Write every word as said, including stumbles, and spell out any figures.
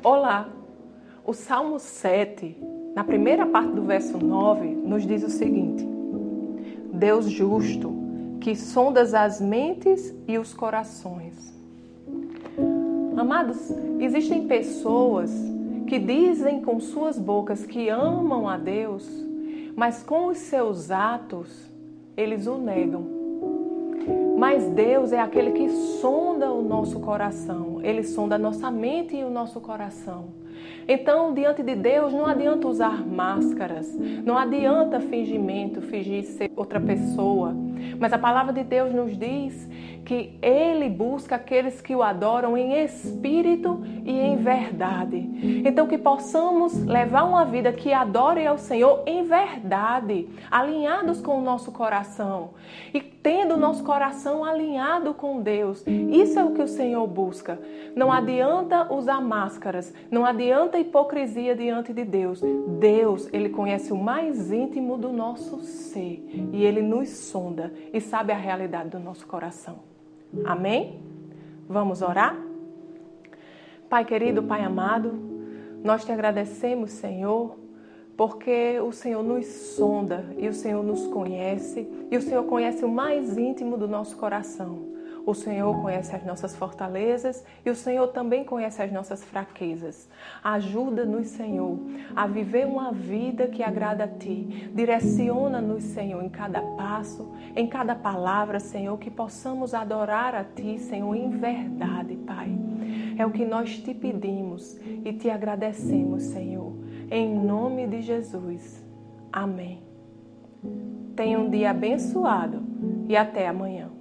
Olá! O Salmo sete, na primeira parte do verso nove, nos diz o seguinte: Deus justo, que sondas as mentes e os corações. Amados, existem pessoas que dizem com suas bocas que amam a Deus, mas com os seus atos, eles o negam. Mas Deus é aquele que sonda o nosso coração. Ele sonda a nossa mente e o nosso coração. Então, diante de Deus, não adianta usar máscaras. Não adianta fingimento, fingir ser outra pessoa. Mas a palavra de Deus nos diz que Ele busca aqueles que o adoram em espírito e em verdade. Então, que possamos levar uma vida que adore ao Senhor em verdade, alinhados com o nosso coração. E tendo o nosso coração alinhado com Deus. Isso é o que o Senhor busca. Não adianta usar máscaras, não adianta hipocrisia diante de Deus. Deus, Ele conhece o mais íntimo do nosso ser e Ele nos sonda e sabe a realidade do nosso coração. Amém? Vamos orar? Pai querido, Pai amado, nós te agradecemos, Senhor, porque o Senhor nos sonda e o Senhor nos conhece e o Senhor conhece o mais íntimo do nosso coração. O Senhor conhece as nossas fortalezas e o Senhor também conhece as nossas fraquezas. Ajuda-nos, Senhor, a viver uma vida que agrada a Ti. Direciona-nos, Senhor, em cada passo, em cada palavra, Senhor, que possamos adorar a Ti, Senhor, em verdade, Pai. É o que nós te pedimos e te agradecemos, Senhor. Em nome de Jesus. Amém. Tenha um dia abençoado e até amanhã.